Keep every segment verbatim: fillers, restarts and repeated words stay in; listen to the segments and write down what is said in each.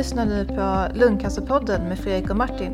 lyssnar nu på Lungcancerpodden med Fredrik och Martin.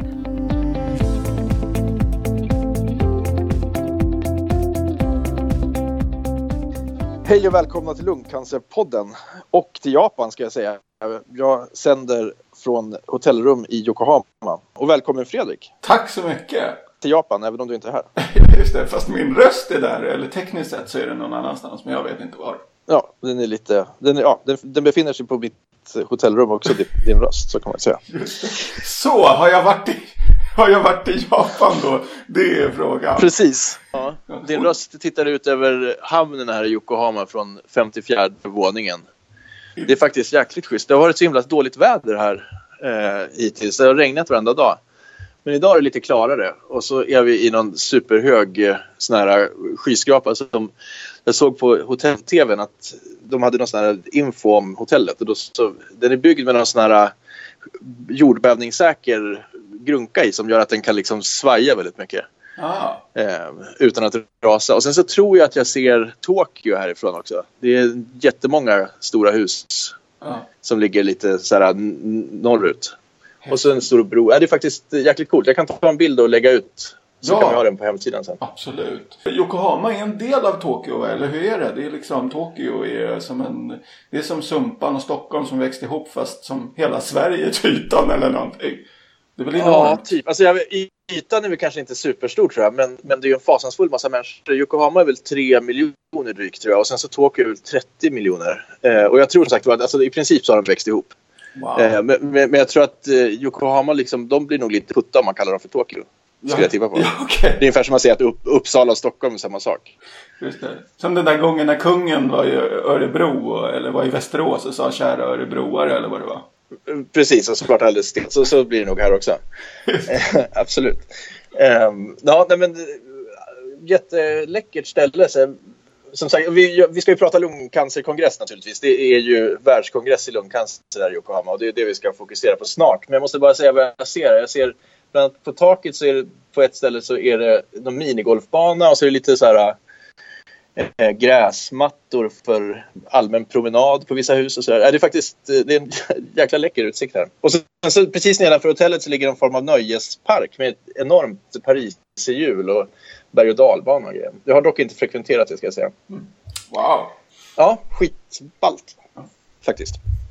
Hej och välkomna till Lungcancerpodden och till Japan ska jag säga. Jag sänder från hotellrum i Yokohama. Och välkommen Fredrik. Tack så mycket. Till Japan, även om du inte är här. Just det, fast min röst är där, eller tekniskt sett så är det någon annanstans, men jag vet inte var. Ja, den är lite, den, är, ja, den, den befinner sig på mitt hotellrum också, din, din röst, så kan man säga. Just det. Så, har jag varit i, har jag varit i Japan då? Det är frågan. Precis. Ja. Din röst tittar ut över hamnen här i Yokohama från femtiofjärde våningen. Det är faktiskt jäkligt schysst. Det har varit så himla dåligt väder här eh, hittills. Det har regnat varenda dag. Men idag är det lite klarare. Och så är vi i någon superhög eh, sån här skyskrapa som jag såg på hotell-tvn att de hade någon sån här info om hotellet. Och då, så, den är byggd med någon sån här jordbävningssäker grunka i som gör att den kan liksom svaja väldigt mycket. Ah. Eh, utan att rasa. Och sen så tror jag att jag ser Tokyo härifrån också. Det är jättemånga stora hus ah. som ligger lite så här n- norrut. Och så en stor bro. Ja, det är faktiskt jäkligt coolt. Jag kan ta en bild och lägga ut. Så ja. Kan vi ha den på hemsidan sen. Absolut. Yokohama är en del av Tokyo, eller hur är det? Det är liksom, Tokyo är som en, det är som Sumpan och Stockholm som växte ihop fast som hela Sverige till ytan eller någonting. Det är väl enormt. Ja, typ. Alltså, jag, i ytan är vi kanske inte superstor tror jag, men, men det är ju en fasansfull massa människor. Yokohama är väl tre miljoner drygt tror jag, och sen så Tokyo är väl trettio miljoner. Eh, och jag tror som sagt att alltså, i princip så har de växt ihop. Wow. Eh, men, men jag tror att eh, Yokohama liksom, de blir nog lite putta om man kallar dem för Tokyo. Skulle ja, jag tippa på. Ja, okay. Det är ungefär som man säger att upp, Uppsala och Stockholm är samma sak. Just det. Som den där gången när kungen var i Örebro eller var i Västerås och sa kära örebroare eller vad det var. Precis, och såklart alldeles still. Så, så blir det nog här också. Absolut. Um, ja, nej, men jätteläckert ställe. Så, som sagt, vi, vi ska ju prata lungcancerkongress naturligtvis. Det är ju världskongress i lungcancer där i Yokohama och det är det vi ska fokusera på snart. Men jag måste bara säga vad jag ser. Jag ser bland annat på taket så är det, på ett ställe så är det en minigolfbana och så är det lite så här äh, gräsmattor för allmän promenad på vissa hus och så där. Äh, det är faktiskt det är en jäkla läcker utsikt här. Och så, så precis nedanför hotellet så ligger en form av nöjespark med ett enormt Paris-hjul och berg- och dalbana och grejer. Jag har dock inte frekventerat det ska jag säga. Mm. Wow. Ja, skitballt faktiskt.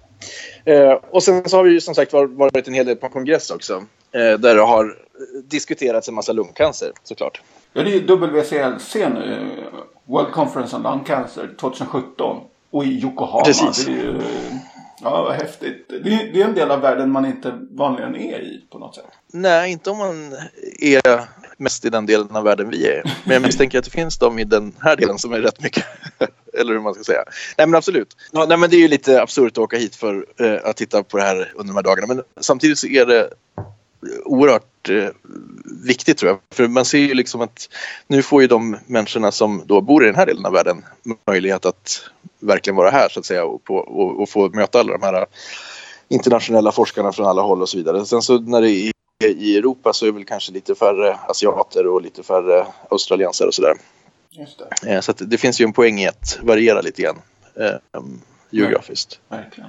Eh, och sen så har vi ju som sagt varit en hel del på kongress också. Eh, där det har diskuterats en massa lungcancer såklart. Ja, det är W C L C nu. World Conference on Lung Cancer tjugosjutton. Och i Yokohama. Precis. Det är ju, ja, vad häftigt. Det är, det är en del av världen man inte vanligen är i på något sätt. Nej, inte om man är mest i den delen av världen vi är. Men jag misstänker att det finns de i den här delen som är rätt mycket. Eller hur man ska säga. Nej men absolut. Ja, nej, men det är ju lite absurt att åka hit för eh, att titta på det här under de här dagarna. Men samtidigt så är det oerhört eh, viktigt tror jag. För man ser ju liksom att nu får ju de människorna som då bor i den här delen av världen möjlighet att verkligen vara här så att säga. Och, på, och, och få möta alla de här internationella forskarna från alla håll och så vidare. Sen så när det är i Europa så är det väl kanske lite färre asiater och lite färre australiensare och sådär. Just det. Så att det finns ju en poäng i att variera lite grann eh, geografiskt. Ja, verkligen.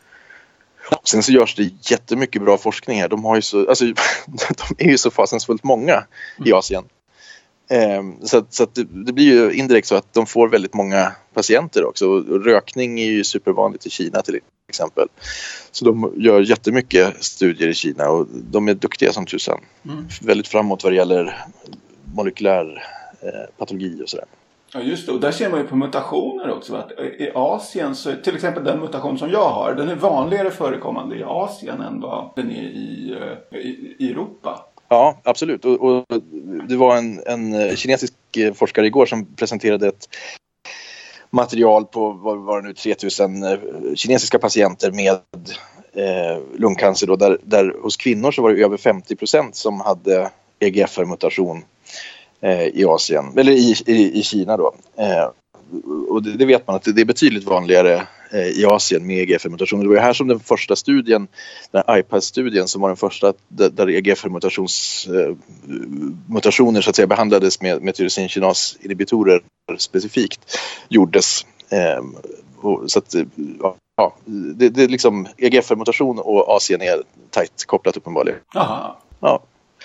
Sen så görs det jättemycket bra forskning här. De har ju så, alltså, de är ju så fasansfullt många i Asien. Eh, så att, så att det, det blir ju indirekt så att de får väldigt många patienter också. Och rökning är ju supervanligt i Kina till exempel. Så de gör jättemycket studier i Kina och de är duktiga som tusan. Mm. Väldigt framåt vad det gäller molekylär eh, patologi och sådär. Ja just det, och där ser man ju på mutationer också. Att i Asien, så till exempel den mutation som jag har, den är vanligare förekommande i Asien än vad den är i, i, i Europa. Ja, absolut. Och, och det var en, en kinesisk forskare igår som presenterade ett material på vad var det nu, tre tusen kinesiska patienter med eh, lungcancer. Då, där, där hos kvinnor så var det över femtio procent som hade E G F R-mutation eh, i Asien, eller i, i, i Kina då. Eh, och det, det vet man att det, det är betydligt vanligare eh, i Asien med E G F R-mutationer. Det var ju här som den första studien, den här I P A S-studien som var den första där, där E G F R-mutations eh, mutationer så att säga behandlades med, med tyrosinkinas-inhibitorer specifikt gjordes. Eh, och, så att, ja, ja, det, det är liksom E G F R-mutation och A C N är tajt kopplat uppenbarligen. Aha. Ja.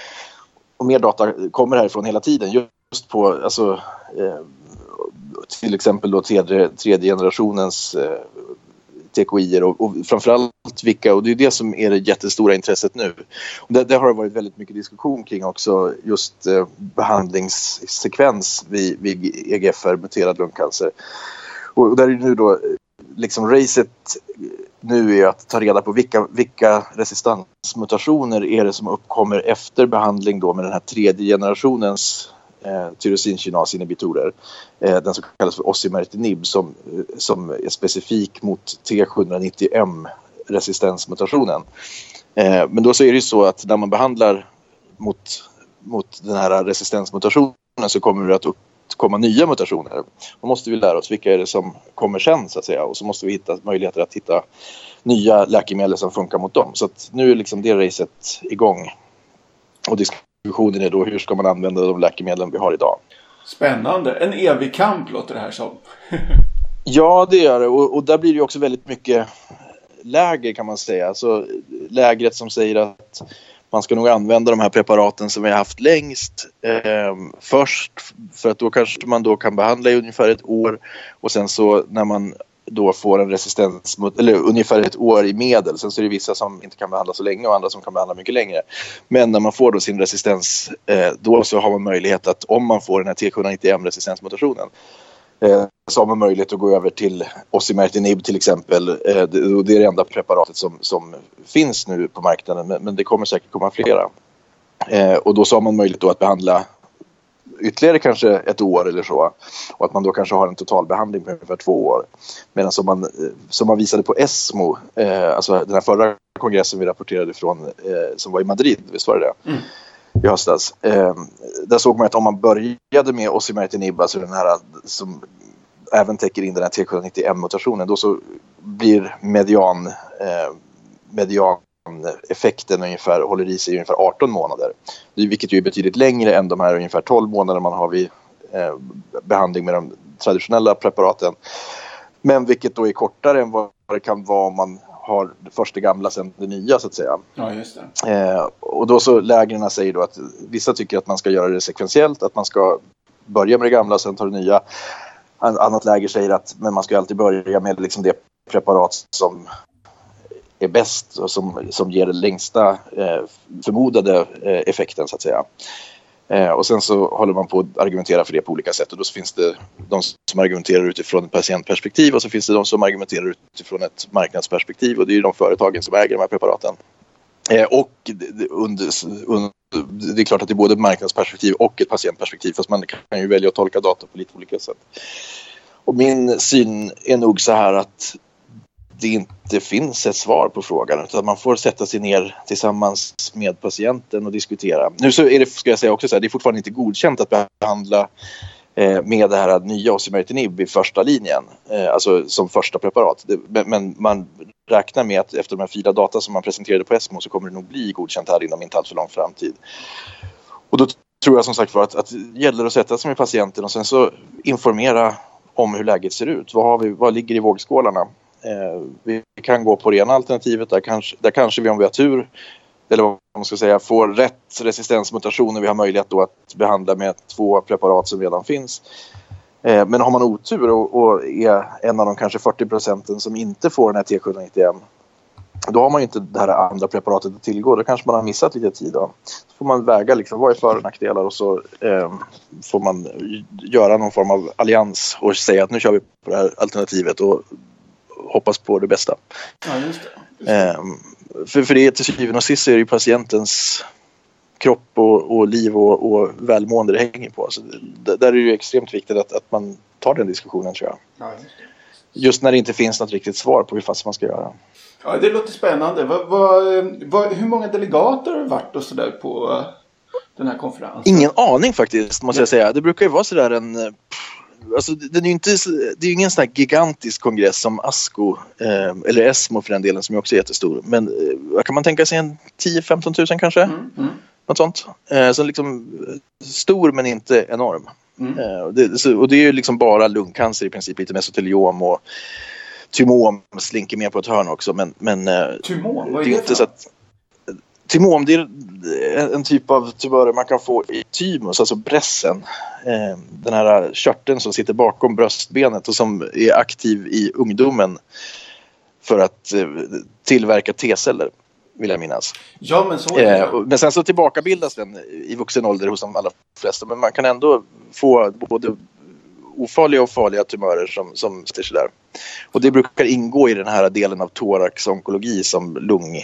Och mer data kommer härifrån hela tiden just på alltså, eh, till exempel då tredje, tredje generationens eh, T K I-er och, och framförallt vilka, och det är det som är det jättestora intresset nu. Och det, det har varit väldigt mycket diskussion kring också just eh, behandlingssekvens vid, vid E G F R-muterad lungcancer. Och, och där är nu då liksom racet nu är att ta reda på vilka, vilka resistensmutationer är det som uppkommer efter behandling då med den här tredje generationens eh, tyrosinkinasinhibitorer. Eh, den som kallas för osimertinib som, som är specifik mot T sju nittio M resistensmutationen. Eh, men då så är det ju så att när man behandlar mot, mot den här resistensmutationen så kommer det att upp komma nya mutationer. Då måste vi lära oss vilka är det som kommer sen så att säga, och så måste vi hitta möjligheter att hitta nya läkemedel som funkar mot dem. Så att nu är liksom det racet igång. Och diskussionen är då hur ska man använda de läkemedlen vi har idag. Spännande. En evig kamp låter det här som. Ja, det gör det. Och, och där blir det ju också väldigt mycket läger kan man säga. Alltså lägret som säger att man ska nog använda de här preparaten som vi har haft längst eh, först, för att då kanske man då kan behandla i ungefär ett år och sen så när man då får en resistens mot, eller ungefär ett år i medel, sen så är det vissa som inte kan behandla så länge och andra som kan behandla mycket längre. Men när man får då sin resistens eh, då så har man möjlighet att om man får den här T sju nittio M resistensmutationen eh, så har man möjlighet att gå över till osimertinib till exempel. Eh, det, det är det enda preparatet som, som finns nu på marknaden, men, men det kommer säkert komma flera. Eh, och då så har man möjlighet då att behandla ytterligare kanske ett år eller så. Och att man då kanske har en totalbehandling på ungefär två år. Medan som man, som man visade på ESMO, eh, alltså den här förra kongressen vi rapporterade ifrån eh, som var i Madrid, visst var det det? Mm. I höstas. Eh, där såg man att om man började med osimertinib, alltså den här som även täcker in den här T sju nittio M-mutationen, då så blir median, eh, median effekten ungefär, håller i sig i ungefär arton månader. Vilket ju är betydligt längre än de här ungefär tolv månader man har vid eh, behandling med de traditionella preparaten. Men vilket då är kortare än vad det kan vara om man har det första gamla sen det nya så att säga. Ja, just det. Eh, och då så lägren säger då att vissa tycker att man ska göra det sekventiellt, att man ska börja med det gamla och sen ta det nya. An- annat läger säger att men man ska alltid börja med liksom det preparat som är bäst och som, som ger den längsta eh, förmodade eh, effekten så att säga. Eh, och sen så håller man på att argumentera för det på olika sätt och då så finns det de som argumenterar utifrån ett patientperspektiv och så finns det de som argumenterar utifrån ett marknadsperspektiv och det är ju de företagen som äger de här preparaten. Eh, och det, under, under, det är klart att det är både ett marknadsperspektiv och ett patientperspektiv fast man kan ju välja att tolka data på lite olika sätt. Och min syn är nog så här att det inte finns ett svar på frågan utan man får sätta sig ner tillsammans med patienten och diskutera. Nu så är det, ska jag säga också så här, det är fortfarande inte godkänt att behandla eh, med det här nya osimertinib i första linjen, eh, alltså som första preparat. Det, men man räknar med att efter de här fyra data som man presenterade på ESMO så kommer det nog bli godkänt här inom inte alls för lång framtid. Och då tror jag som sagt för att, att det gäller att sätta sig med patienten och sen så informera om hur läget ser ut. Vad, har vi, vad ligger i vågskålarna? Eh, vi kan gå på det ena alternativet där kanske, där kanske vi om vi har tur eller vad man ska säga får rätt resistensmutationer vi har möjlighet då att behandla med två preparat som redan finns. Eh, men har man otur och, och är en av de kanske fyrtio procenten som inte får den här T sju nittio M då har man ju inte det här andra preparatet att tillgå. Då kanske man har missat lite tid då. Så får man väga liksom, vad är för- och nackdelar och så eh, får man göra någon form av allians och säga att nu kör vi på det här alternativet och hoppas på det bästa. Ja, just det. Just det. Um, för, för det till syvende och sist är det ju patientens kropp och, och liv och, och välmående det hänger på. Så det, där är det ju extremt viktigt att, att man tar den diskussionen tror jag. Ja, just det. Just när det inte finns något riktigt svar på hur fast man ska göra. Ja, det låter spännande. Vad, vad, vad, hur många delegater har det varit och så där på den här konferensen? Ingen aning faktiskt måste jag säga. Det brukar ju vara sådär en... Alltså, det är ju inte, det är ju ingen sån här gigantisk kongress som ASCO eh, eller ESMO för den delen som är också jättestor. Men eh, vad kan man tänka sig en tio till femton tusen kanske? Mm, mm. Något sånt. Eh, så liksom stor men inte enorm. Mm. Eh, det, så, och det är ju liksom bara lungcancer i princip, lite mesoteliom och Thymom slinker med på ett hörn också. Men, men Thymom, vad är det är det inte så att... Thymom, det är en typ av tumörer man kan få i thymus, alltså brässen. Den här körteln som sitter bakom bröstbenet och som är aktiv i ungdomen för att tillverka T-celler, vill jag minnas. Ja, men så är det. Men sen så tillbakabildas den i vuxen ålder hos de allra flesta. Men man kan ändå få både ofarliga och farliga tumörer som, som styr sig där. Och det brukar ingå i den här delen av thoraxonkologi som lung,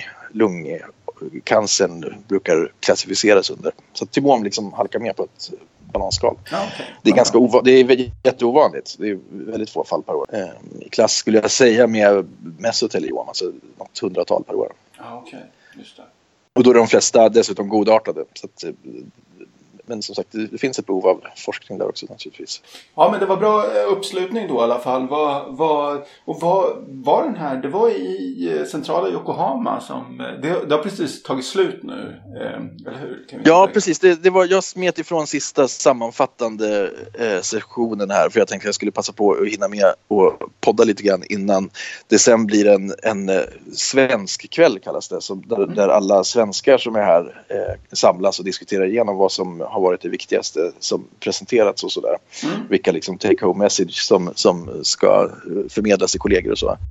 lungcancern brukar klassificeras under. Så thymom liksom halkar med på ett bananskal. Ja, okay. Det är ganska ova- det är jätteovanligt. Det är väldigt få fall per år. I klass skulle jag säga med mesoteliom, alltså något hundratal per år. Ja, okej. Okay. Just det. Och då är de flesta dessutom godartade. Så att, men som sagt, det finns ett behov av forskning där också naturligtvis. Ja, men det var bra uppslutning då i alla fall. Vad, vad, och vad var den här? Det var i centrala Yokohama som... Det, det har precis tagit slut nu, eller hur? Kan vi ja, lägga? precis. Det, det var, jag smet ifrån sista sammanfattande eh, sessionen här. För jag tänkte att jag skulle passa på att hinna med och podda lite grann innan det sen blir en, en eh, svensk kväll kallas det. Som, där, mm. där alla svenskar som är här eh, samlas och diskuterar igenom vad som har varit det viktigaste som presenterats och sådär. Mm. Vilka liksom take-home message som, som ska förmedlas till kollegor och så.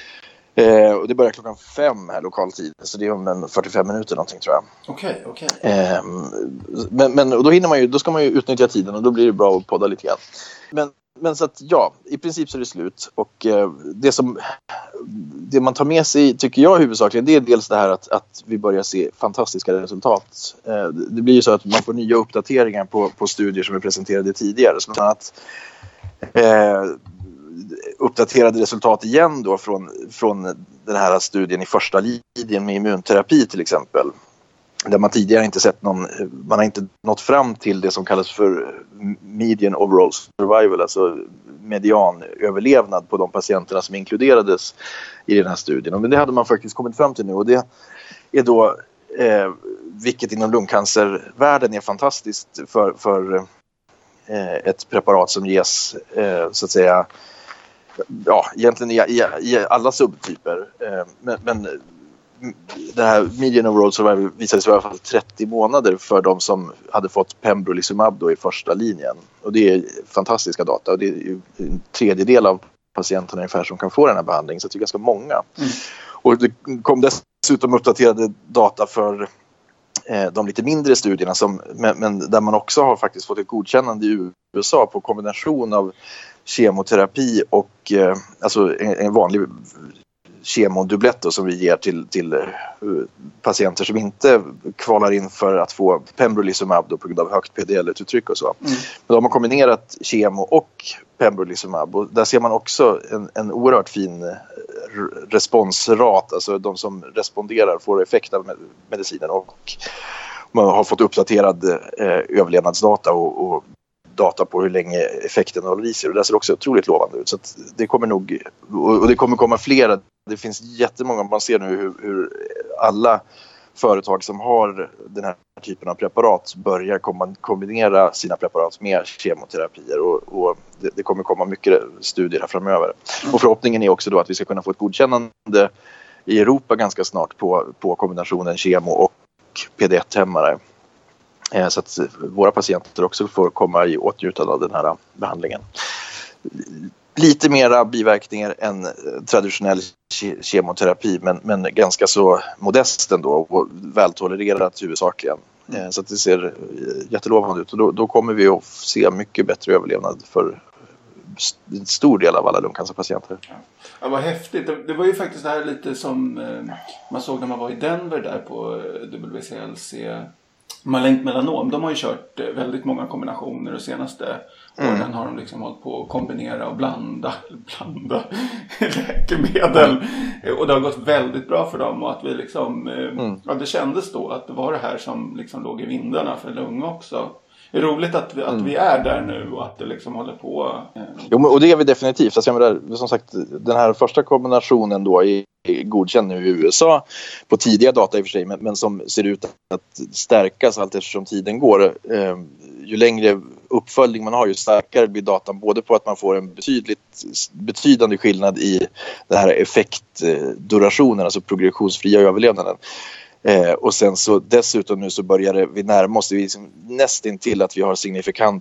Eh, och det börjar klockan fem här lokal tid. Så det är om en fyrtiofem minuter någonting tror jag. Okej, okay, okej. Okay. Eh, men men och då, hinner man ju, då ska man ju utnyttja tiden och då blir det bra att podda lite grann. Men, men så att ja, i princip så är det slut. Och eh, det som det man tar med sig tycker jag huvudsakligen, det är dels det här att, att vi börjar se fantastiska resultat. Eh, det blir ju så att man får nya uppdateringar på, på studier som är presenterade tidigare. Så bland annat eh, uppdaterade resultat igen då från, från den här studien i första linjen med immunterapi till exempel. Där man tidigare inte sett någon, man har inte nått fram till det som kallas för median overall survival, alltså medianöverlevnad på de patienterna som inkluderades i den här studien. Men det hade man faktiskt kommit fram till nu och det är då, eh, vilket inom lungcancervärlden är fantastiskt för, för eh, ett preparat som ges eh, så att säga, ja, egentligen i, i, i alla subtyper. Eh, men, men det här median overall survival visade sig i alla fall trettio månader för de som hade fått pembrolizumab då i första linjen. Och det är fantastiska data och det är ju en tredjedel av patienterna ungefär som kan få den här behandlingen, så det är ganska många. Mm. Och det kom dessutom uppdaterade data för eh, de lite mindre studierna som, men, men där man också har faktiskt fått ett godkännande i U S A på kombination av kemoterapi och eh, alltså en, en vanlig kemodublett som vi ger till, till uh, patienter som inte kvalar in för att få pembrolizumab då på grund av högt P D L ett-uttryck och så. Mm. Men då har man kombinerat kemo och pembrolizumab och där ser man också en, en oerhört fin responsrat, alltså de som responderar får effekt av medicinen och man har fått uppdaterad eh, överlevnadsdata och, och data på hur länge effekten håller i sig. Och det ser också otroligt lovande ut. Så att det kommer nog, och det kommer komma flera. Det finns jättemånga, man ser nu hur, hur alla företag som har den här typen av preparat börjar komma, kombinera sina preparat med kemoterapier. Och, och det, det kommer komma mycket studier här framöver. Och förhoppningen är också då att vi ska kunna få ett godkännande i Europa ganska snart på, på kombinationen kemo och P D ett-hämmare. Så att våra patienter också får komma i åtnjutande av den här behandlingen. Lite mera biverkningar än traditionell ke- kemoterapi men, men ganska så modest ändå och vältolererat huvudsakligen. Mm. Så att det ser jättelovande ut och då, då kommer vi att se mycket bättre överlevnad för en stor del av alla lungcancerpatienter. Ja. Ja, vad häftigt. Det, det var ju faktiskt det här lite som eh, man såg när man var i Denver där på W C L C. Malignt melanom, de har ju kört väldigt många kombinationer och senaste mm. åren har de liksom hållit på att kombinera och blanda, blanda läkemedel och det har gått väldigt bra för dem och att vi liksom, mm. ja, det kändes då att det var det här som liksom låg i vindarna för lunga också. Det är roligt att vi, att vi är där nu och att det liksom håller på. Jo, och det är vi definitivt. Alltså, där, som sagt, den här första kombinationen då är godkänd nu i U S A på tidiga data i och för sig, men, men som ser ut att stärkas allt eftersom tiden går. Eh, ju längre uppföljning man har, ju starkare blir datan, både på att man får en betydligt betydande skillnad i den här effektdurationen, alltså progressionsfria överlevnaden. Eh, och sen så dessutom nu så börjar det, vi närma oss liksom nästintill att vi har signifikant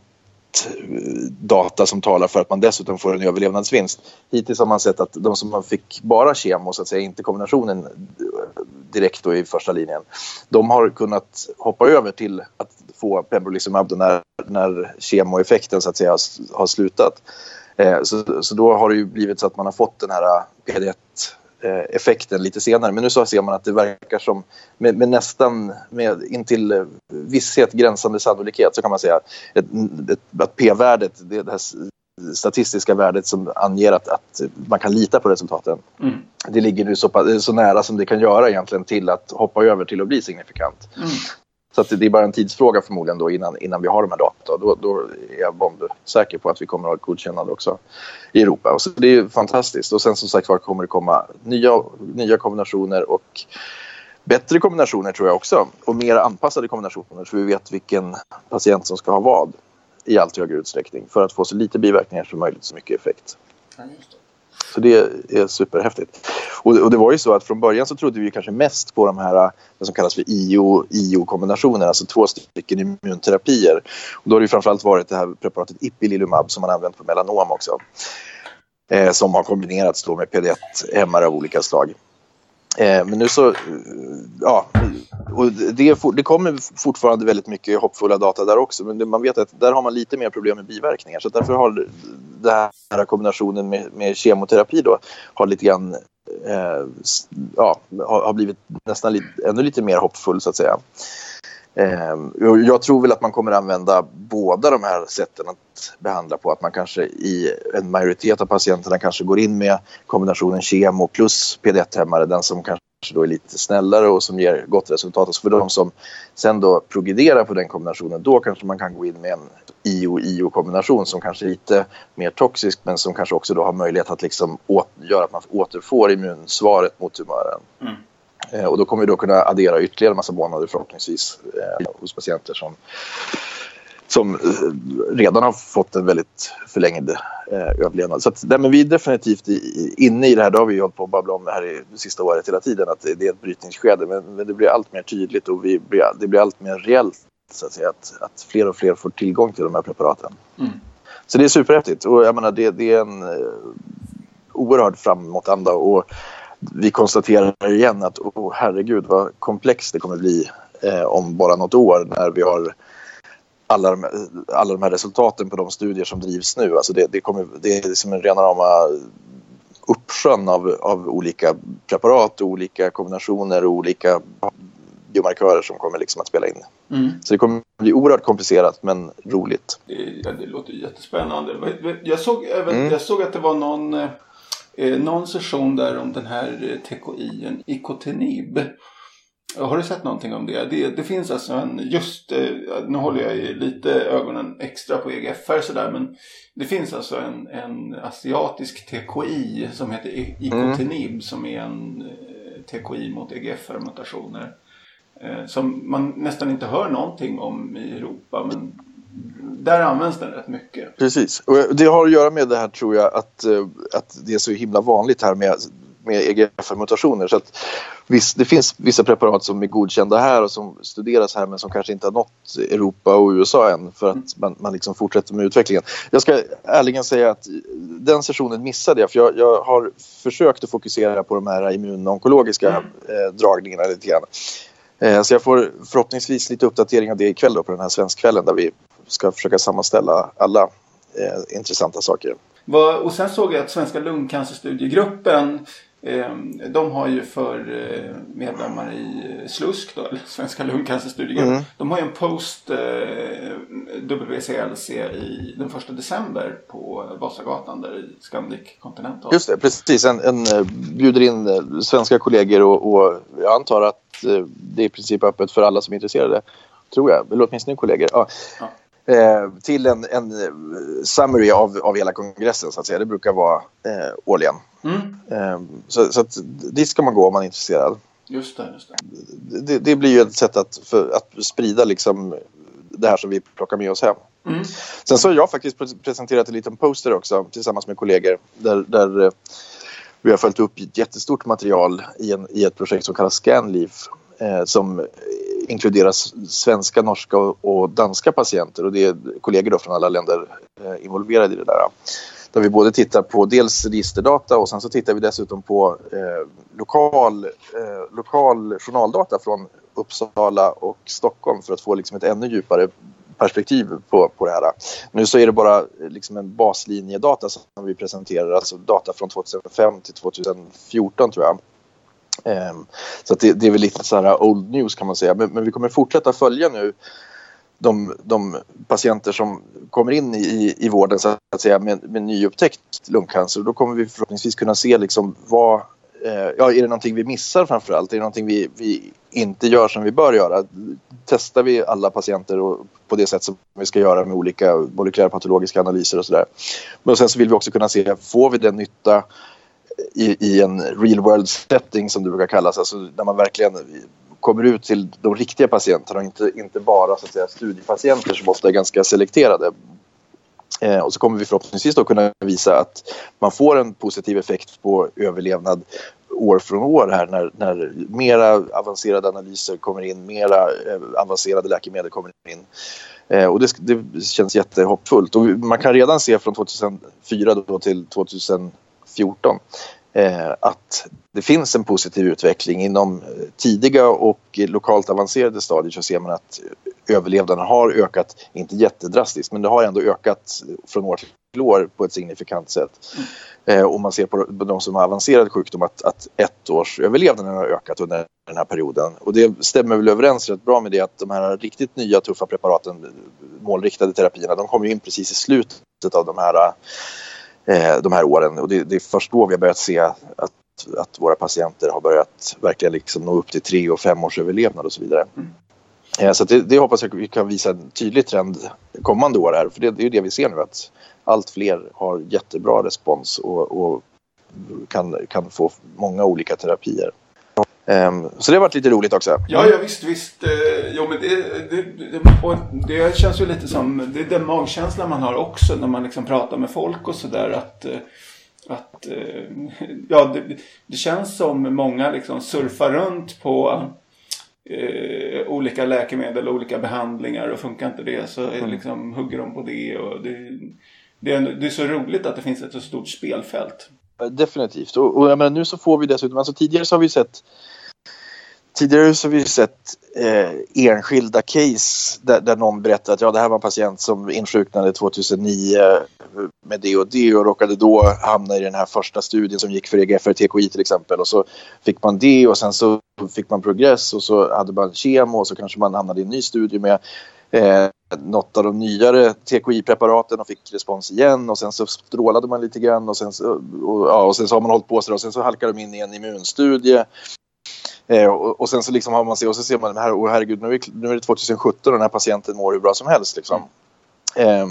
data som talar för att man dessutom får en överlevnadsvinst. Hittills har man sett att de som fick bara kemo, så att säga, inte kombinationen direkt då i första linjen, de har kunnat hoppa över till att få pembrolizumab när, när kemoeffekten, så att säga, har slutat. Eh, så, så då har det ju blivit så att man har fått den här P D ett effekten lite senare, men nu så ser man att det verkar som med, med nästan med intill visshet gränsande sannolikhet, så kan man säga ett, ett, att p-värdet, det, det här statistiska värdet som anger att, att man kan lita på resultaten, mm. det ligger nu så, så nära som det kan göra egentligen till att hoppa över till att bli signifikant. Mm. Så att det är bara en tidsfråga förmodligen då innan, innan vi har de här data. Då, då är jag bombsäker på att vi kommer att ha ett godkännande också i Europa. Och så det är fantastiskt. Och sen som sagt var kommer det komma nya, nya kombinationer och bättre kombinationer, tror jag också. Och mer anpassade kombinationer, så vi vet vilken patient som ska ha vad i allt högre utsträckning. För att få så lite biverkningar som möjligt, så mycket effekt. Ja, just det. Så det är superhäftigt. Och, och det var ju så att från början så trodde vi kanske mest på de här, det som kallas för I O-I O-kombinationer, alltså två stycken immunterapier. Och då har det ju framförallt varit det här preparatet ipilimumab som man använt på melanom också. Eh, som har kombinerats då med P D ett-hämmare av olika slag. Eh, men nu så, ja, och det, det kommer fortfarande väldigt mycket hoppfulla data där också, men det, man vet att där har man lite mer problem med biverkningar, så därför har den här kombinationen med, med kemoterapi då har lite grann, eh, ja, har, har blivit nästan li, ännu lite mer hoppfull, så att säga. Eh, jag tror väl att man kommer använda båda de här sätten att behandla på, att man kanske i en majoritet av patienterna kanske går in med kombinationen kemo plus P D ett-hämmare, den som kanske då är lite snällare och som ger gott resultat. Och för de som sen då progrederar på den kombinationen, då kanske man kan gå in med en I O-I O-kombination som kanske är lite mer toxisk, men som kanske också då har möjlighet att liksom åt, göra att man återfår immunsvaret mot tumören. Mm. Eh, och då kommer vi då kunna addera ytterligare en massa månader förhoppningsvis eh, hos patienter som, som eh, redan har fått en väldigt förlängd eh, överlevnad. Så att, nej, men vi är definitivt i, inne i det här, då har vi hållit på att babbla om det här i det sista året hela tiden, att det, det är ett brytningsskede, men, men det blir allt mer tydligt och vi blir, det blir allt mer reellt, så att säga, att, att fler och fler får tillgång till de här preparaten. Mm. Så det är superhäftigt, och jag menar, det, det är en eh, oerhörd framåtanda, och vi konstaterar igen att oh, herregud vad komplext det kommer bli eh, om bara något år, när vi har alla de, alla de här resultaten på de studier som drivs nu. Alltså det, det, kommer, det är som en rena rama uppsjön av, av olika preparat och olika kombinationer och olika biomarkörer som kommer liksom att spela in. Mm. Så det kommer bli oerhört komplicerat, men roligt. Det, ja, det låter jättespännande. Jag såg, även, mm. jag såg att det var någon, eh, någon session där om den här T K I-en, Ikotinib. Har du sett någonting om det? Det, det finns alltså en, just, nu håller jag ju lite ögonen extra på E G F R sådär, men det finns alltså en, en asiatisk T K I som heter Ikotinib, mm. som är en T K I mot E G F R-mutationer. Som man nästan inte hör någonting om i Europa, men där används den rätt mycket. Precis, och det har att göra med det här, tror jag, att, att det är så himla vanligt här med med E G F R-mutationer, så att viss, det finns vissa preparat som är godkända här och som studeras här, men som kanske inte har nått Europa och U S A än, för att mm. man, man liksom fortsätter med utvecklingen. Jag ska ärligen säga att den sessionen missade jag, för jag, jag har försökt att fokusera på de här immunonkologiska mm. eh, dragningarna lite grann. Eh, så jag får förhoppningsvis lite uppdatering av det ikväll då, på den här svenskvällen, där vi ska försöka sammanställa alla eh, intressanta saker. Och sen såg jag att Svenska lungcancerstudiegruppen, de har ju för medlemmar i SLUSK då, eller Svenska lungcancerstudiegruppen, mm. de har ju en post W C L C i den första december på Vasagatan där i Scandic Continental. Just det, precis. En, en bjuder in svenska kollegor och, och jag antar att det är i princip öppet för alla som är intresserade, tror jag. Eller åtminstone kollegor. Ja. Ja. Eh, till en, en summary av, av hela kongressen, så att säga. Det brukar vara eh, årligen. Mm. Eh, så så att, dit ska man gå om man är intresserad. Just det, just det. Det, det blir ju ett sätt att, för, att sprida liksom det här som vi plockar med oss hem. Mm. Sen så har jag faktiskt presenterat en liten poster också tillsammans med kollegor där, där vi har följt upp ett jättestort material i, en, i ett projekt som kallas Scanleaf eh, som inkluderar svenska, norska och, och danska patienter, och det är kollegor då från alla länder eh, involverade i det där. Där vi både tittar på dels registerdata och sen så tittar vi dessutom på eh, lokal, eh, lokal journaldata från Uppsala och Stockholm för att få liksom ett ännu djupare perspektiv på, på det här. Nu så är det bara liksom en baslinjedata som vi presenterar, alltså data från tjugohundrafem till tjugohundrafjorton tror jag. Um, så att det, det är väl lite så här old news kan man säga, men, men vi kommer fortsätta följa nu de, de patienter som kommer in i, i vården så att säga med, med nyupptäckt lungcancer, och då kommer vi förhoppningsvis kunna se liksom vad, eh, ja, är det någonting vi missar framförallt, är det någonting vi, vi inte gör som vi bör göra, testar vi alla patienter och på det sätt som vi ska göra med olika molekylära patologiska analyser och sådär. Men sen så vill vi också kunna se, får vi den nytta i, i en real world setting som det brukar kallas, alltså när man verkligen kommer ut till de riktiga patienterna och inte, inte bara så att säga studiepatienter som ofta är ganska selekterade. Eh, och så kommer vi förhoppningsvis då kunna visa att man får en positiv effekt på överlevnad år från år här när, när mera avancerade analyser kommer in, mera eh, avancerade läkemedel kommer in. Eh, och det, det känns jättehoppfullt. Och man kan redan se från tjugohundrafyra då till tjugohundrafjorton eh, att det finns en positiv utveckling inom tidiga och lokalt avancerade stadier, så ser man att överlevnaden har ökat, inte jättedrastiskt, men det har ändå ökat från år till år på ett signifikant sätt. Mm. Eh, och man ser på de som har avancerad sjukdom att, att ett års överlevnaden har ökat under den här perioden. Och det stämmer väl överens rätt bra med det att de här riktigt nya tuffa preparaten, målriktade terapierna, de kommer in precis i slutet av de här, eh, de här åren. Och det, det är först då vi har börjat se att, att våra patienter har börjat verkligen liksom nå upp till tre och fem års överlevnad och så vidare. Mm. Så det, det hoppas jag vi kan visa en tydlig trend kommande år här. För det, det är ju det vi ser nu, att allt fler har jättebra respons och, och kan, kan få många olika terapier. Um, så det har varit lite roligt också. Ja, ja visst, visst. Jo, men det, det, det, och det känns ju lite som, det är den magkänslan man har också när man liksom pratar med folk och sådär, att, att ja, det, det känns som många liksom surfar runt på Eh, olika läkemedel och olika behandlingar, och funkar inte det så mm. liksom hugger de på det, och det, det, är, det är så roligt att det finns ett så stort spelfält. Definitivt, och, och jag menar, nu så får vi dessutom, alltså tidigare så har vi sett tidigare så har vi sett eh, enskilda case där, där någon berättar att ja, det här var en patient som insjuknade tjugohundranio med det och det och råkade då hamna i den här första studien som gick för E G F R T K I till exempel, och så fick man det och sen så fick man progress och så hade man kemo och så kanske man hamnade i en ny studie med eh, något av de nyare T K I-preparaten och fick respons igen, och sen så strålade man lite grann och sen så, och, ja, och sen så har man hållit på sig och sen så halkade de in i en immunstudie. Eh, och, och sen så liksom har man se och så ser man här, och herregud, nu är, nu är det tjugohundrasjutton och den här patienten mår hur bra som helst liksom. Eh,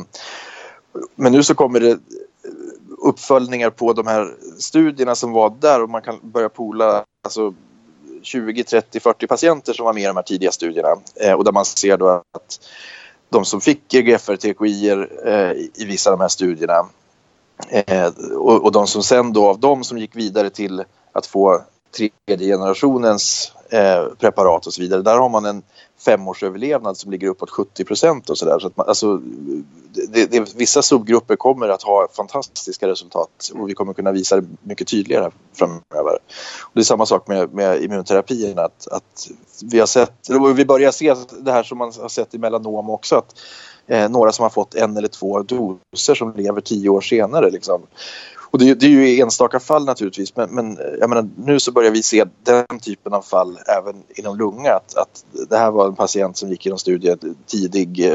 men nu så kommer det uppföljningar på de här studierna som var där, och man kan börja pola alltså tjugo, trettio, fyrtio patienter som var med i de här tidiga studierna, eh, och där man ser då att de som fick E G F R T K I eh, i vissa av de här studierna eh, och, och de som sen då av dem som gick vidare till att få tredje generationens eh, preparat och så vidare, där har man en femårsöverlevnad som ligger uppåt sjuttio procent och sådär. Så att man, alltså, det, det, vissa subgrupper kommer att ha fantastiska resultat, och vi kommer kunna visa det mycket tydligare framöver. Och det är samma sak med, med immunterapin, att, att vi har sett, vi börjar se det här som man har sett i melanom också, att eh, några som har fått en eller två doser som lever tio år senare liksom. Och det, det är ju enstaka fall naturligtvis, men, men jag menar, nu så börjar vi se den typen av fall även inom lunga. Att, att det här var en patient som gick i en studie tidig,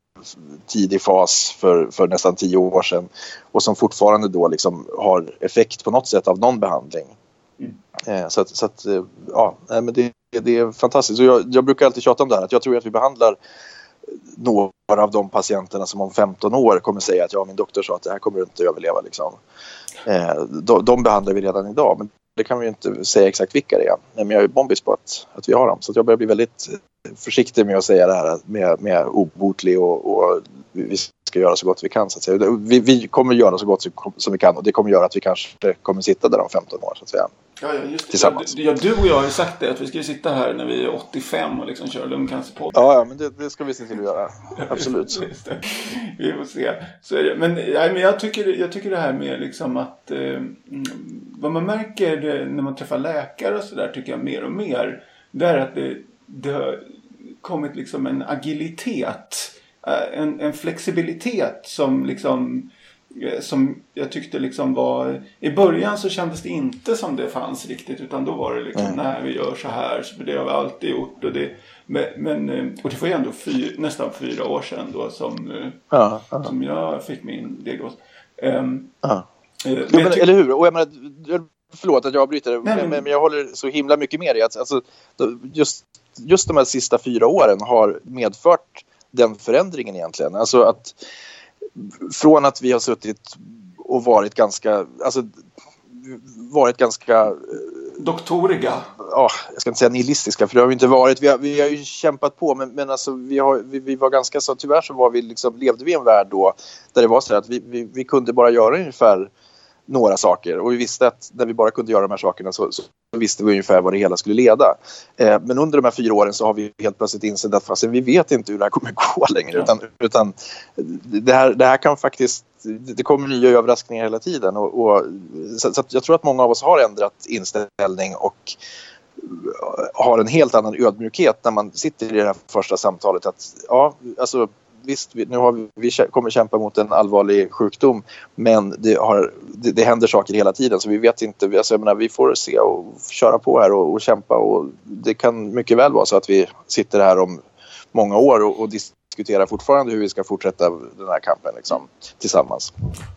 tidig fas för, för nästan tio år sedan, och som fortfarande då liksom har effekt på något sätt av någon behandling. Mm. Så att, så att ja, men det, det är fantastiskt. Och jag, jag brukar alltid tjata om det här, att jag tror att vi behandlar några av de patienterna som om femton år kommer säga att ja, min doktor sa att det här kommer du inte överleva liksom. Eh, de, de behandlar vi redan idag, men det kan vi ju inte säga exakt vilka det är. Men jag är bombis på att, att vi har dem. Så att jag börjar bli väldigt försiktig med att säga det här med, med obotlig och, och vi ska göra så gott vi kan. Så att säga. Vi, vi kommer göra så gott som vi kan och det kommer göra att vi kanske kommer sitta där om femton år. Så att säga. Ja, ja, just det. Tillsammans. Ja, du och jag har ju sagt det att vi ska sitta här när vi är åttiofem och liksom köra lungcancerpodd. Ja, ja, men det, det ska vi se till att göra. Absolut. Vi får se. Så är det. Men, ja, men jag, tycker, jag tycker det här med liksom att eh, vad man märker det, när man träffar läkare och sådär tycker jag mer och mer det är att det, det har kommit liksom en agilitet, en, en flexibilitet som liksom som jag tyckte liksom var i början så kändes det inte som det fanns riktigt utan då var det liksom mm. nej vi gör så här så det har vi alltid gjort och det men, men och det var ju ändå fyr, nästan fyra år sedan då som ja, ja. som jag fick min diagnos um, ja. men jo, men, tyck- eller hur och jag menar förlåt att jag avbryter nej, men, men, men jag håller så himla mycket med dig att alltså just just de här sista fyra åren har medfört den förändringen egentligen alltså att från att vi har suttit och varit ganska alltså varit ganska doktoriga. Ja, jag ska inte säga nihilistiska för det har vi inte varit. Vi har, vi har ju kämpat på men, men alltså vi, har, vi, vi var ganska så tyvärr så var vi liksom levde vi i en värld då där det var så att vi, vi, vi kunde bara göra ungefär några saker och vi visste att när vi bara kunde göra de här sakerna så, så visste vi ungefär vad det hela skulle leda. Eh, men under de här fyra åren så har vi helt plötsligt insett att fast vi vet inte hur det här kommer gå längre utan, utan det, här, det här kan faktiskt det kommer nya överraskningar hela tiden och, och så, så att jag tror att många av oss har ändrat inställning och har en helt annan ödmjukhet när man sitter i det här första samtalet att ja, alltså visst, nu har vi, vi kommer kämpa mot en allvarlig sjukdom men det, har, det, det händer saker hela tiden så vi vet inte, alltså jag menar, vi får se och köra på här och, och kämpa och det kan mycket väl vara så att vi sitter här om många år och, och diskuterar fortfarande hur vi ska fortsätta den här kampen liksom, tillsammans.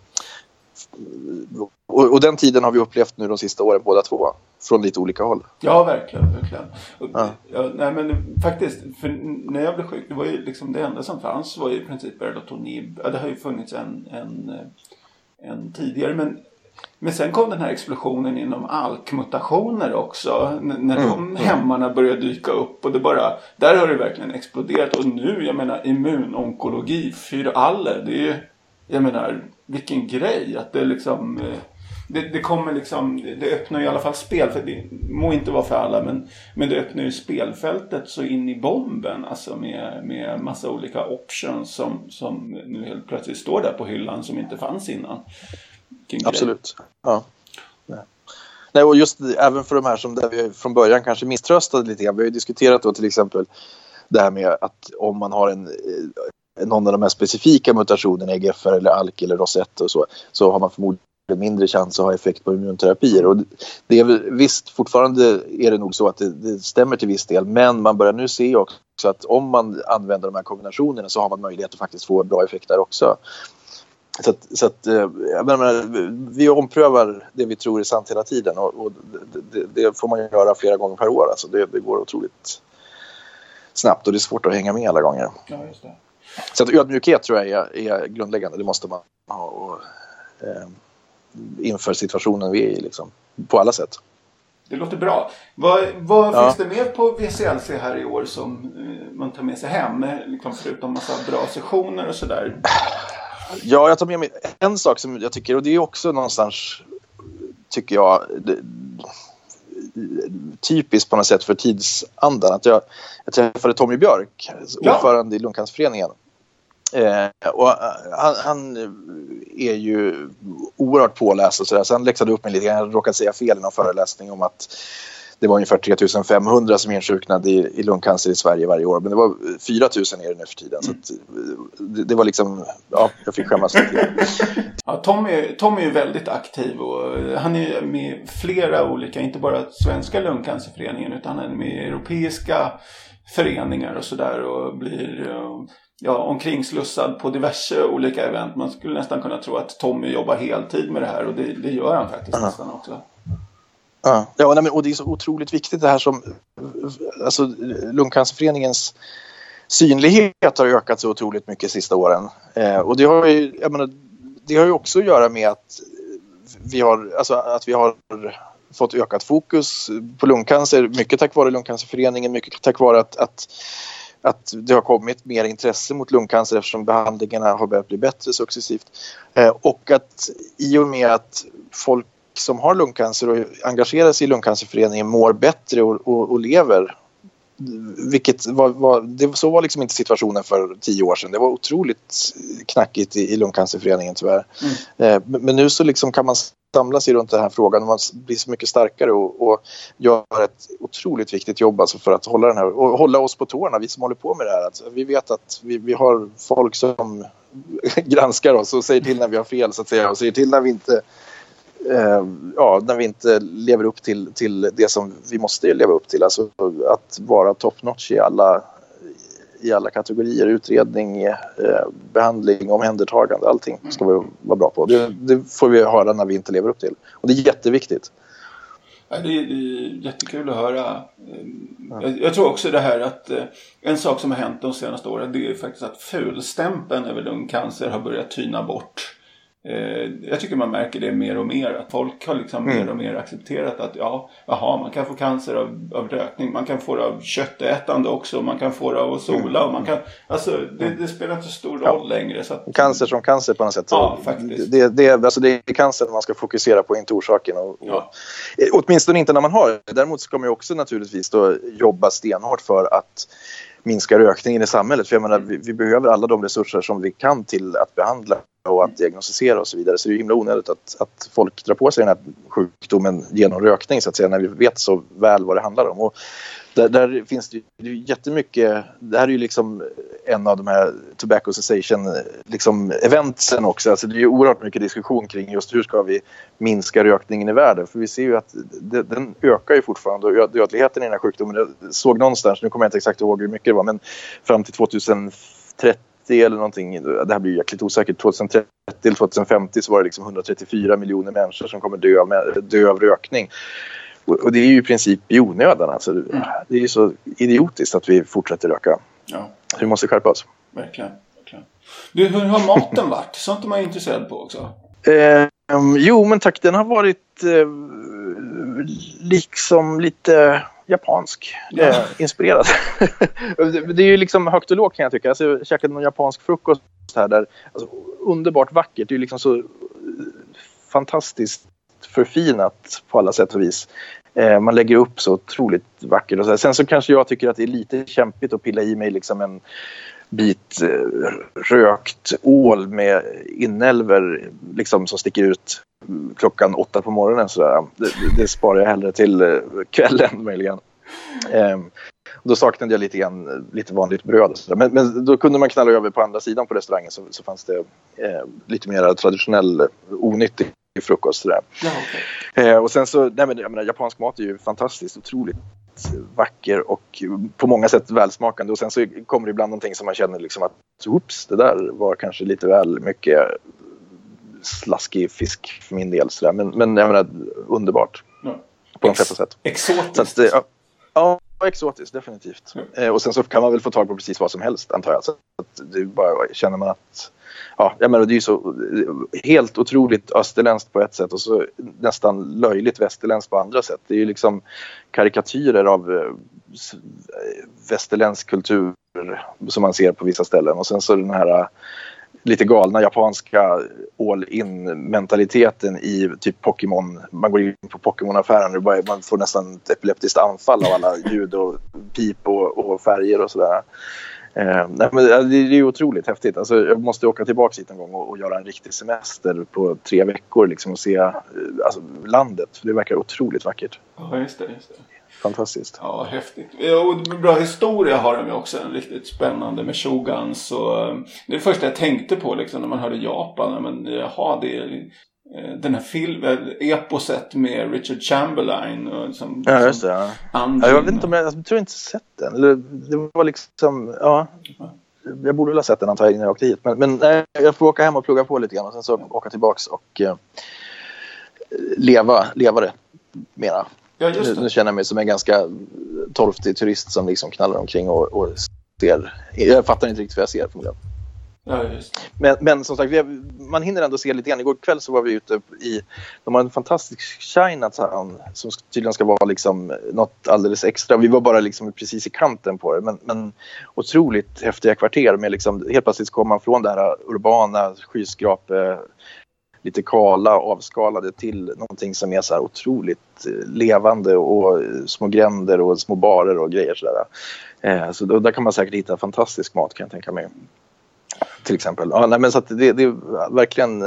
Och, och den tiden har vi upplevt nu de sista åren båda två från lite olika håll. Ja, verkligen, verkligen. Och, ja. Ja, nej men faktiskt för när jag blev sjuk det var ju liksom det enda som fanns var ju i princip Erlotonib. Ja, det har ju funnits en en, en tidigare men men sen kom den här explosionen inom A L K-mutationer också n- när mm. de hämmarna började dyka upp och det bara där har det verkligen exploderat och nu jag menar immunonkologi för alla det är ju jag menar vilken grej att det liksom det, det kommer liksom det öppnar i alla fall spel för det må inte vara för alla men men det öppnar ju spelfältet så in i bomben alltså med med massa olika options som som nu helt plötsligt står där på hyllan som inte fanns innan. Absolut. Ja. Nej. Nej, och just även för de här som där vi från början kanske misströstade lite grann. Vi har ju diskuterat då till exempel det här med att om man har en någon av de här specifika mutationerna E G F R eller A L K eller Rosette och så så har man förmodligen mindre chans att ha effekt på immunterapier och det är visst fortfarande är det nog så att det, det stämmer till viss del men man börjar nu se också att om man använder de här kombinationerna så har man möjlighet att faktiskt få bra effekt där också. Så att, så att jag menar, vi omprövar det vi tror är sant hela tiden och, och det, det, det får man göra flera gånger per år. Alltså det, det går otroligt snabbt och det är svårt att hänga med alla gånger. Ja, just det. Så att ödmjukhet tror jag är, är grundläggande, det måste man ha och, eh, inför situationen vi är i liksom, på alla sätt. Det låter bra. Vad, vad ja. finns det mer på V C L C här i år som eh, man tar med sig hem? Liksom förutom massa bra sessioner och sådär. Ja, jag tar med mig en sak som jag tycker, och det är också någonstans, tycker jag, det, typiskt på något sätt för tidsandan. Att jag, jag träffade Tommy Björk, ja. ordförande i Lungcancerföreningen. Eh, och han, han är ju oerhört påläst och sådär, så han läxade upp mig lite. Jag råkade säga fel i någon föreläsning om att det var ungefär tre tusen femhundra som insjuknade i, i lungcancer i Sverige varje år. Men det var fyra tusen är det nu för tiden. Så att, det, det var liksom, ja, jag fick skämmas lite. Ja, Tom är, Tom är ju väldigt aktiv och han är med i flera olika, inte bara svenska lungcancerföreningen utan han är med i europeiska föreningar och sådär och blir ja, omkringslussad på diverse olika event. Man skulle nästan kunna tro att Tommy jobbar heltid med det här och det, det gör han faktiskt uh-huh. nästan också. Ja, ja nej, men, och det är så otroligt viktigt det här som alltså, Lungcancerföreningens synlighet har ökat så otroligt mycket de sista åren. Eh, och det har ju, jag menar, det har ju också att göra med att vi har, alltså, att vi har fått ökat fokus på lungcancer, mycket tack vare Lungcancerföreningen, mycket tack vare att, att, att det har kommit mer intresse mot lungcancer eftersom behandlingarna har börjat bli bättre successivt. Eh, och att i och med att folk som har lungcancer och engagerar sig i Lungcancerföreningen mår bättre och, och, och lever. Vilket var, var, det, så var liksom inte situationen för tio år sedan. Det var otroligt knackigt i, i Lungcancerföreningen tyvärr. Mm. Eh, men nu så liksom kan man samla sig runt den här frågan och man blir så mycket starkare och, och gör ett otroligt viktigt jobb alltså för att hålla den här och hålla oss på tårna, vi som håller på med det här. Alltså, vi vet att vi, vi har folk som granskar oss och säger till när vi har fel så att säga och säger till när vi inte eh, ja, när vi inte lever upp till, till det som vi måste leva upp till. Alltså att vara top notch i alla i alla kategorier, utredning, eh, behandling, omhändertagande, allting ska vi vara bra på. Det, det får vi höra när vi inte lever upp till. Och det är jätteviktigt. Ja, det, är, det är jättekul att höra. Jag, jag tror också det här att en sak som har hänt de senaste åren, det är faktiskt att fulstämpeln över lungcancer har börjat tyna bort. Jag tycker man märker det mer och mer, att folk har liksom mm. mer och mer accepterat att ja, aha, man kan få cancer av, av rökning, man kan få det av köttätande också, man kan få det av att sola och man kan, alltså det, det spelar inte så stor roll ja. längre så att, cancer som cancer på något sätt. Ja, faktiskt. Det, det, alltså det är cancer man ska fokusera på, inte orsaken och, ja. och, åtminstone inte när man har det. Däremot ska man ju också naturligtvis då jobba stenhårt för att minska rökningen i samhället, för jag menar, vi, vi behöver alla de resurser som vi kan till att behandla och att diagnostisera och så vidare. Så det är himla onödigt att, att folk drar på sig den här sjukdomen genom rökning så att säga, när vi vet så väl vad det handlar om. Och där, där finns det ju jättemycket, det här är ju liksom en av de här tobacco cessation liksom eventsen också. Alltså det är ju oerhört mycket diskussion kring just hur ska vi minska rökningen i världen. För vi ser ju att det, den ökar ju fortfarande och dödligheten i den här sjukdomen. Jag såg någonstans, nu kommer jag inte exakt ihåg hur mycket det var, men fram till tjugohundratrettio eller någonting, det här blir ju jäkligt osäkert, tjugohundratrettio till tjugohundrafemtio så var det liksom hundratrettiofyra miljoner människor som kommer dö av, dö av rökning. Och det är ju i princip i onödan. Alltså. Mm. Det är ju så idiotiskt att vi fortsätter röka. Ja. Så vi måste skärpa oss. Verkligen. Verkligen. Du, hur har maten varit? Sånt är man intresserad på också. Eh, jo, men tack. Den har varit eh, liksom lite japansk. Ja. Eh, inspirerad. Det är ju liksom högt och lågt kan jag tycka. Alltså, jag käkade någon japansk frukost här där. Alltså, underbart vackert. Det är ju liksom så fantastiskt förfinat på alla sätt och vis. Eh, man lägger upp så otroligt vackert. Och så här. Sen så kanske jag tycker att det är lite kämpigt att pilla i mig liksom en bit eh, rökt ål med inälver liksom, som sticker ut klockan åtta på morgonen. Så där. Det, det sparar jag hellre till eh, kvällen möjligen. Eh, då saknade jag lite grann, lite vanligt bröd. Och så där. Men, men då kunde man knalla över på andra sidan på restaurangen så, så fanns det eh, lite mer traditionell onyttig frukost. Så där. Ja, okay. eh, och sen så, nej men jag menar, japansk mat är ju fantastiskt, otroligt vacker och på många sätt välsmakande. Och sen så kommer det ibland någonting som man känner liksom att oops, det där var kanske lite väl mycket slaskig fisk för min del. Så där. Men, men jag menar, underbart. Ja. På de flesta sätt. Exotiskt. Så att, ja, ja, exotiskt, definitivt. Ja. Eh, och sen så kan man väl få tag på precis vad som helst, antar jag. Så att det är bara, känner man att ja, jag menar, det är ju så helt otroligt österländskt på ett sätt och så nästan löjligt västerländskt på andra sätt. Det är ju liksom karikatyrer av västerländsk kultur som man ser på vissa ställen. Och sen så den här lite galna japanska all-in-mentaliteten i typ Pokémon. Man går in på Pokémon-affären och bara, man får nästan ett epileptiskt anfall av alla ljud och pip och, och färger och sådär. Eh, nej, men det är ju otroligt häftigt. Alltså, jag måste åka tillbaka hit en gång och, och göra en riktig semester på tre veckor liksom, och se eh, alltså, landet. För det verkar otroligt vackert. Ja, just det, just det. Fantastiskt. Ja, häftigt. Och bra historia har de ju också, en riktigt spännande med Shogans. Och det är det första jag tänkte på liksom, när man hörde Japan. Men jaha, det är den här filmen, eposet med Richard Chamberlain och som, ja, just det, ja. Ja, jag vet inte om jag, jag tror inte sett den. Eller, det var liksom, ja, jag borde väl ha sett den antar jag innan jag åkte hit. Men, men nej, jag får åka hem och plugga på lite grann och sen så åka tillbaks och eh, leva, leva det mera. Ja, just det. Nu, nu känner jag mig som en ganska torftig turist som liksom knallar omkring och, och ser, jag fattar inte riktigt vad jag ser förmodligen. Ja, just. Men, men som sagt, vi har, man hinner ändå se lite grann. Igår kväll så var vi ute i, de har en fantastisk Chinatown som tydligen ska vara liksom något alldeles extra. Vi var bara liksom precis i kanten på det, men, men otroligt häftiga kvarter med liksom, helt plötsligt kommer man från det här urbana skyskrapor, lite kala, avskalade till någonting som är så här otroligt levande och små gränder och små barer och grejer sådär. Eh, så då, där kan man säkert hitta fantastisk mat, kan jag tänka mig. Till exempel. Ja, nej, men så att det, det är verkligen,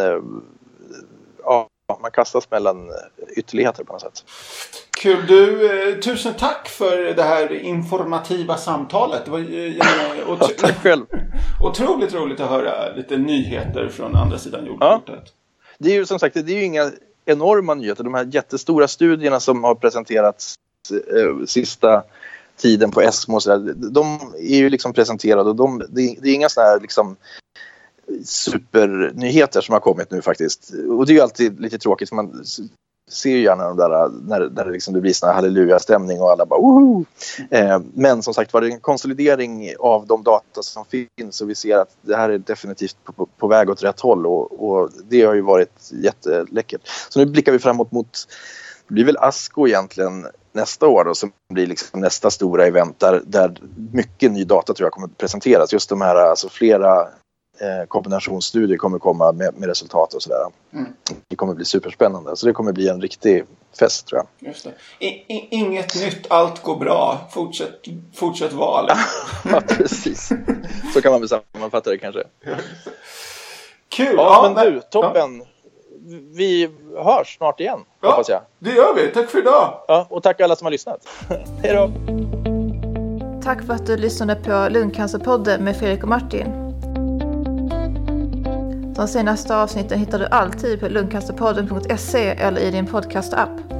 ja, man kastas mellan ytterligheter på något sätt. Kul. Du, tusen tack för det här informativa samtalet. Det var ja, ja, tack själv. Otroligt roligt att höra lite nyheter från andra sidan jordklotet. Ja. Det är ju som sagt, det är ju inga enorma nyheter. De här jättestora studierna som har presenterats eh, sista tiden på ESMO och så där, de är ju liksom presenterade och de, det, det är inga såna här liksom supernyheter som har kommit nu faktiskt. Och det är ju alltid lite tråkigt, för man ser ju gärna de där när, när det, liksom, det blir sån här halleluja-stämning och alla bara woho! Eh, men som sagt var det en konsolidering av de data som finns och vi ser att det här är definitivt på, på, på väg åt rätt håll och, och det har ju varit jätteläckert. Så nu blickar vi framåt mot, det blir väl ASCO egentligen nästa år då, som blir liksom nästa stora event där, där mycket ny data tror jag kommer att presenteras. Just de här, alltså flera eh, kombinationsstudier kommer komma med, med resultat och sådär. Mm. Det kommer bli superspännande. Så det kommer bli en riktig fest tror jag. Just det. I, i, inget nytt, allt går bra. Fortsätt, fortsätt val. Ja, precis. Så kan man väl sammanfatta det kanske. Kul. Ja, ja men du, toppen. Ja. Vi hörs snart igen, ja, hoppas jag. Det gör vi. Tack för idag. Ja, och tack alla som har lyssnat. Hej då. Tack för att du lyssnade på Lungcancerpodden med Fredrik och Martin. De senaste avsnitten hittar du alltid på lungcancerpodden punkt se eller i din podcast-app.